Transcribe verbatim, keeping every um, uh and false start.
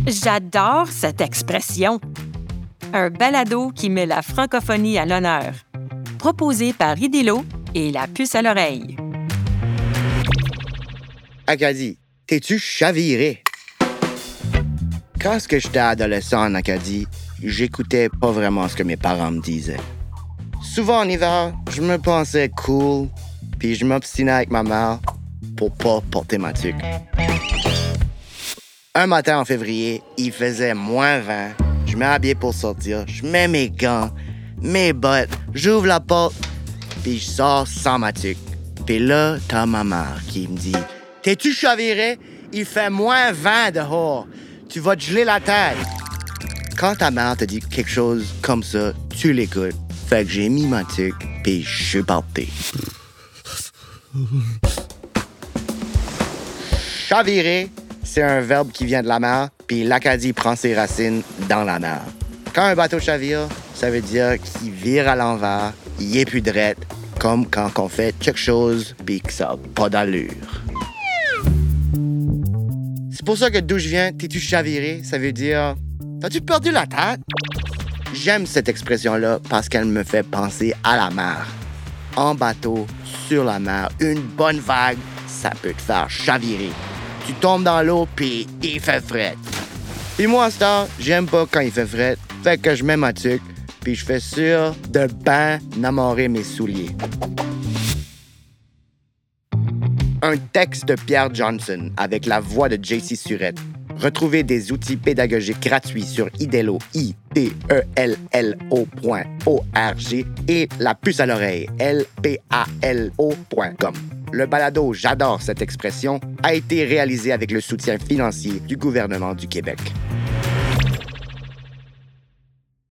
J'adore cette expression. Un balado qui met la francophonie à l'honneur. Proposé par Idélo et la puce à l'oreille. Acadie, t'es-tu chaviré? Quand j'étais adolescent en Acadie, j'écoutais pas vraiment ce que mes parents me disaient. Souvent en hiver, je me pensais cool, puis je m'obstinais avec ma mère pour pas porter ma tuque. Un matin en février, il faisait moins vingt. Je m'habillais pour sortir, je mets mes gants, mes bottes, j'ouvre la porte, puis je sors sans ma tuque. Puis là, t'as ma mère qui me dit « T'es-tu chaviré? Il fait moins vingt dehors. Tu vas te geler la tête. » Quand ta mère te dit quelque chose comme ça, tu l'écoutes. Fait que j'ai mis ma tuque, puis je suis parti. Chavirer, c'est un verbe qui vient de la mer, puis l'Acadie prend ses racines dans la mer. Quand un bateau chavire, ça veut dire qu'il vire à l'envers, il est plus drette, comme quand on fait quelque chose puis que ça n'a pas d'allure. C'est pour ça que d'où je viens, t'es-tu chaviré, ça veut dire t'as-tu perdu la tête? J'aime cette expression-là parce qu'elle me fait penser à la mer. En bateau, sur la mer, une bonne vague, ça peut te faire chavirer. Tu tombes dans l'eau, puis il fait fret. Puis moi, à ce temps, j'aime pas quand il fait fret. Fait que je mets ma tuque, puis je fais sûr de ben n'amorer mes souliers. Un texte de Pierre Johnson avec la voix de J C Surette. Retrouvez des outils pédagogiques gratuits sur Idélo, I D E L L O point O R G et la puce à l'oreille, L P A L O point com. Le balado « J'adore cette expression » a été réalisé avec le soutien financier du gouvernement du Québec.